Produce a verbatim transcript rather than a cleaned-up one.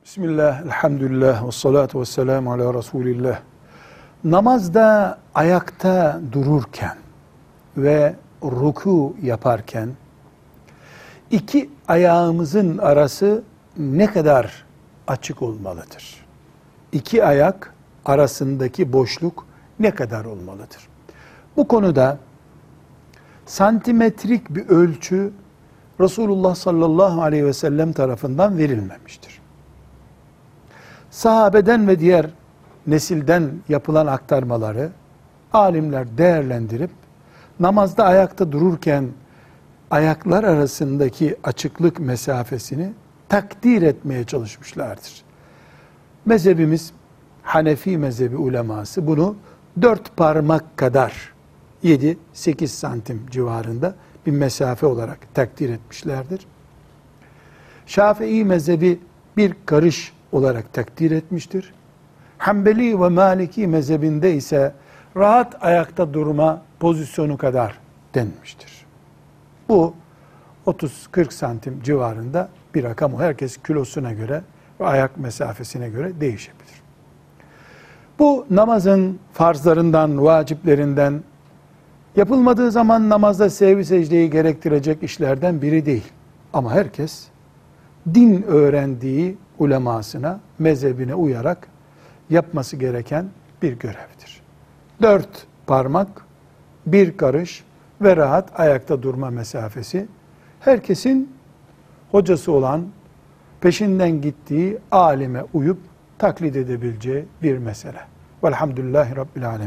Bismillah, elhamdülillah, ve salatu ve selamu ala Resulillah. Namazda ayakta dururken ve ruku yaparken iki ayağımızın arası ne kadar açık olmalıdır? İki ayak arasındaki boşluk ne kadar olmalıdır? Bu konuda santimetrik bir ölçü Resulullah sallallahu aleyhi ve sellem tarafından verilmemiştir. Sahabeden ve diğer nesilden yapılan aktarmaları alimler değerlendirip namazda ayakta dururken ayaklar arasındaki açıklık mesafesini takdir etmeye çalışmışlardır. Mezhebimiz Hanefi mezhebi uleması bunu dört parmak kadar yedi sekiz santim civarında bir mesafe olarak takdir etmişlerdir. Şafii mezhebi bir karış olarak takdir etmiştir. Hanbeli ve Maliki mezhebinde ise rahat ayakta durma pozisyonu kadar denmiştir. Bu otuz kırk santim civarında bir rakam o. Herkes kilosuna göre ve ayak mesafesine göre değişebilir. Bu namazın farzlarından, vaciplerinden, yapılmadığı zaman namazda sevgi secdeyi gerektirecek işlerden biri değil. Ama herkes din öğrendiği ulemasına, mezhebine uyarak yapması gereken bir görevdir. Dört parmak, bir karış ve rahat ayakta durma mesafesi, herkesin hocası olan, peşinden gittiği alime uyup taklit edebileceği bir mesele. Velhamdülillahi Rabbil Alemin.